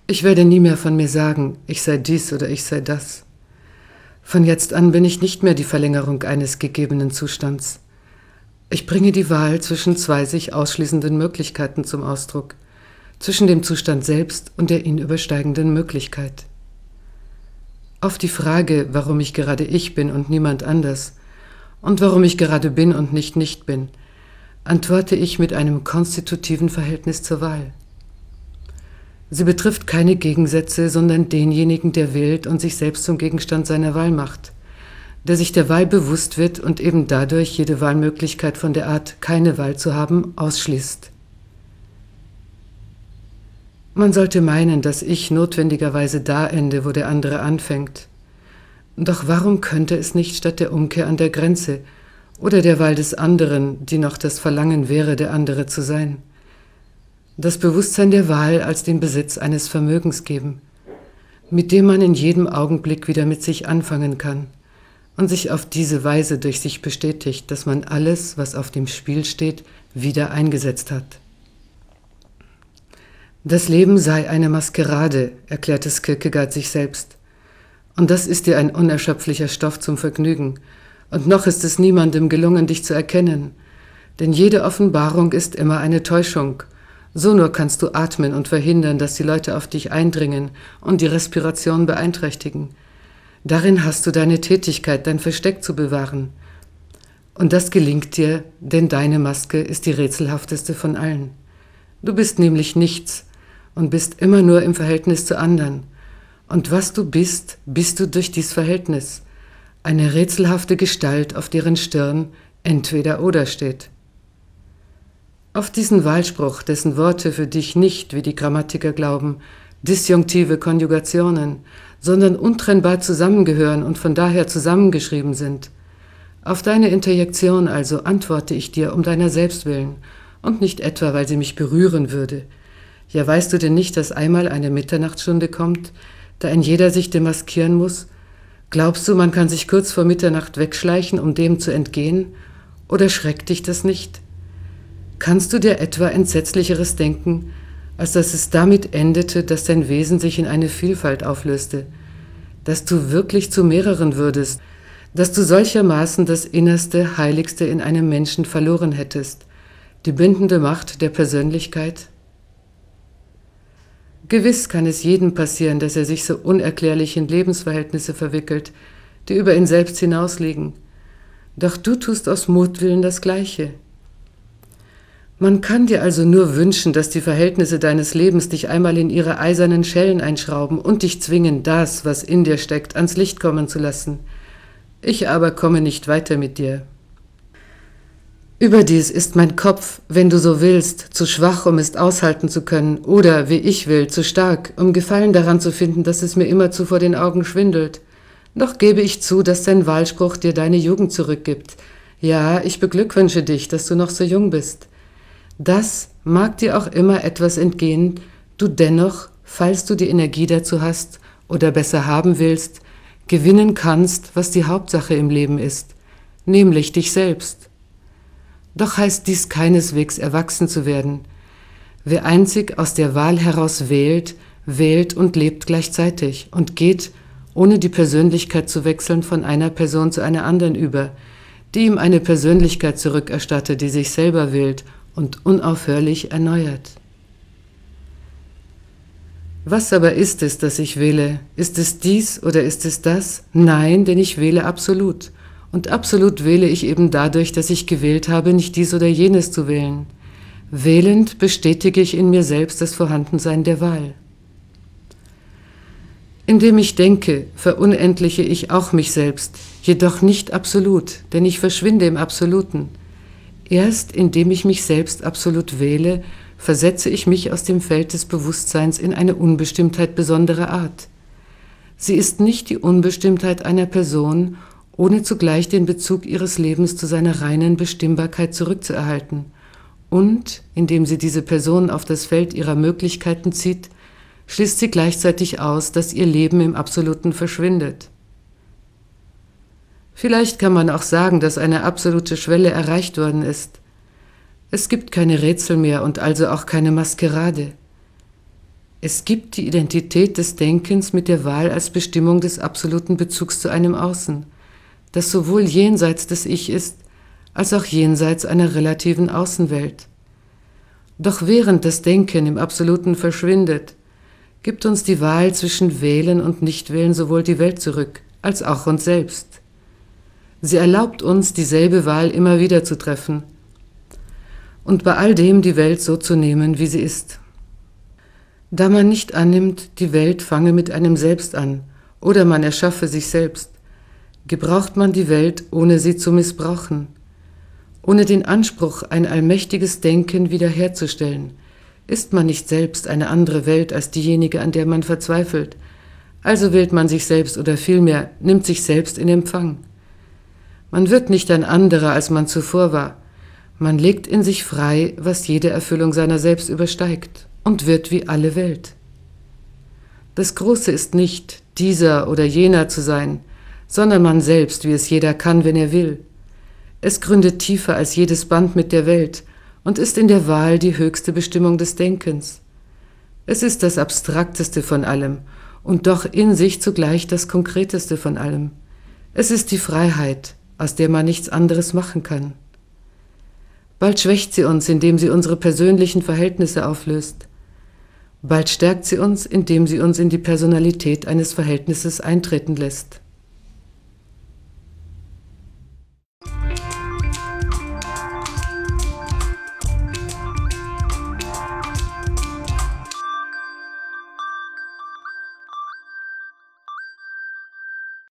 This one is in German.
Ich werde nie mehr von mir sagen, ich sei dies oder ich sei das. Von jetzt an bin ich nicht mehr die Verlängerung eines gegebenen Zustands. Ich bringe die Wahl zwischen zwei sich ausschließenden Möglichkeiten zum Ausdruck, zwischen dem Zustand selbst und der ihn übersteigenden Möglichkeit. Auf die Frage, warum ich gerade ich bin und niemand anders und warum ich gerade bin und nicht bin, antworte ich mit einem konstitutiven Verhältnis zur Wahl. Sie betrifft keine Gegensätze, sondern denjenigen, der wählt und sich selbst zum Gegenstand seiner Wahl macht, der sich der Wahl bewusst wird und eben dadurch jede Wahlmöglichkeit von der Art, keine Wahl zu haben, ausschließt. Man sollte meinen, dass ich notwendigerweise da ende, wo der andere anfängt. Doch warum könnte es nicht statt der Umkehr an der Grenze oder der Wahl des anderen, die noch das Verlangen wäre, der andere zu sein, das Bewusstsein der Wahl als den Besitz eines Vermögens geben, mit dem man in jedem Augenblick wieder mit sich anfangen kann und sich auf diese Weise durch sich bestätigt, dass man alles, was auf dem Spiel steht, wieder eingesetzt hat. Das Leben sei eine Maskerade, erklärte Kierkegaard sich selbst. Und das ist dir ein unerschöpflicher Stoff zum Vergnügen. Und noch ist es niemandem gelungen, dich zu erkennen. Denn jede Offenbarung ist immer eine Täuschung. So nur kannst du atmen und verhindern, dass die Leute auf dich eindringen und die Respiration beeinträchtigen. Darin hast du deine Tätigkeit, dein Versteck zu bewahren. Und das gelingt dir, denn deine Maske ist die rätselhafteste von allen. Du bist nämlich nichts und bist immer nur im Verhältnis zu anderen. Und was du bist, bist du durch dies Verhältnis. Eine rätselhafte Gestalt, auf deren Stirn entweder oder steht. Auf diesen Wahlspruch, dessen Worte für dich nicht, wie die Grammatiker glauben, disjunktive Konjugationen, sondern untrennbar zusammengehören und von daher zusammengeschrieben sind. Auf deine Interjektion also antworte ich dir um deiner selbst willen und nicht etwa, weil sie mich berühren würde. Ja, weißt du denn nicht, dass einmal eine Mitternachtsstunde kommt, da ein jeder sich demaskieren muss? Glaubst du, man kann sich kurz vor Mitternacht wegschleichen, um dem zu entgehen? Oder schreckt dich das nicht? Kannst du dir etwa Entsetzlicheres denken, als dass es damit endete, dass dein Wesen sich in eine Vielfalt auflöste, dass du wirklich zu mehreren würdest, dass du solchermaßen das Innerste, Heiligste in einem Menschen verloren hättest, die bindende Macht der Persönlichkeit? Gewiss kann es jedem passieren, dass er sich so unerklärlich in Lebensverhältnisse verwickelt, die über ihn selbst hinausliegen. Doch du tust aus Mutwillen das Gleiche. Man kann dir also nur wünschen, dass die Verhältnisse deines Lebens dich einmal in ihre eisernen Schellen einschrauben und dich zwingen, das, was in dir steckt, ans Licht kommen zu lassen. Ich aber komme nicht weiter mit dir. Überdies ist mein Kopf, wenn du so willst, zu schwach, um es aushalten zu können, oder, wie ich will, zu stark, um Gefallen daran zu finden, dass es mir immerzu vor den Augen schwindelt. Doch gebe ich zu, dass dein Wahlspruch dir deine Jugend zurückgibt. Ja, ich beglückwünsche dich, dass du noch so jung bist. Das mag dir auch immer etwas entgehen, du dennoch, falls du die Energie dazu hast oder besser haben willst, gewinnen kannst, was die Hauptsache im Leben ist, nämlich dich selbst. Doch heißt dies keineswegs erwachsen zu werden. Wer einzig aus der Wahl heraus wählt, wählt und lebt gleichzeitig und geht, ohne die Persönlichkeit zu wechseln, von einer Person zu einer anderen über, die ihm eine Persönlichkeit zurückerstattet, die sich selber wählt und unaufhörlich erneuert. Was aber ist es, das ich wähle? Ist es dies oder ist es das? Nein, denn ich wähle absolut. Und absolut wähle ich eben dadurch, dass ich gewählt habe, nicht dies oder jenes zu wählen. Wählend bestätige ich in mir selbst das Vorhandensein der Wahl. Indem ich denke, verunendliche ich auch mich selbst, jedoch nicht absolut, denn ich verschwinde im Absoluten. Erst indem ich mich selbst absolut wähle, versetze ich mich aus dem Feld des Bewusstseins in eine Unbestimmtheit besonderer Art. Sie ist nicht die Unbestimmtheit einer Person, ohne zugleich den Bezug ihres Lebens zu seiner reinen Bestimmbarkeit zurückzuerhalten. Und, indem sie diese Person auf das Feld ihrer Möglichkeiten zieht, schließt sie gleichzeitig aus, dass ihr Leben im Absoluten verschwindet. Vielleicht kann man auch sagen, dass eine absolute Schwelle erreicht worden ist. Es gibt keine Rätsel mehr und also auch keine Maskerade. Es gibt die Identität des Denkens mit der Wahl als Bestimmung des absoluten Bezugs zu einem Außen, das sowohl jenseits des Ich ist, als auch jenseits einer relativen Außenwelt. Doch während das Denken im Absoluten verschwindet, gibt uns die Wahl zwischen Wählen und Nichtwählen sowohl die Welt zurück, als auch uns selbst. Sie erlaubt uns, dieselbe Wahl immer wieder zu treffen und bei all dem die Welt so zu nehmen, wie sie ist. Da man nicht annimmt, die Welt fange mit einem selbst an oder man erschaffe sich selbst, gebraucht man die Welt, ohne sie zu missbrauchen. Ohne den Anspruch, ein allmächtiges Denken wiederherzustellen, ist man nicht selbst eine andere Welt als diejenige, an der man verzweifelt. Also wählt man sich selbst oder vielmehr nimmt sich selbst in Empfang. Man wird nicht ein anderer, als man zuvor war. Man legt in sich frei, was jede Erfüllung seiner selbst übersteigt und wird wie alle Welt. Das Große ist nicht, dieser oder jener zu sein, sondern man selbst, wie es jeder kann, wenn er will. Es gründet tiefer als jedes Band mit der Welt und ist in der Wahl die höchste Bestimmung des Denkens. Es ist das Abstrakteste von allem und doch in sich zugleich das Konkreteste von allem. Es ist die Freiheit, aus der man nichts anderes machen kann. Bald schwächt sie uns, indem sie unsere persönlichen Verhältnisse auflöst. Bald stärkt sie uns, indem sie uns in die Personalität eines Verhältnisses eintreten lässt.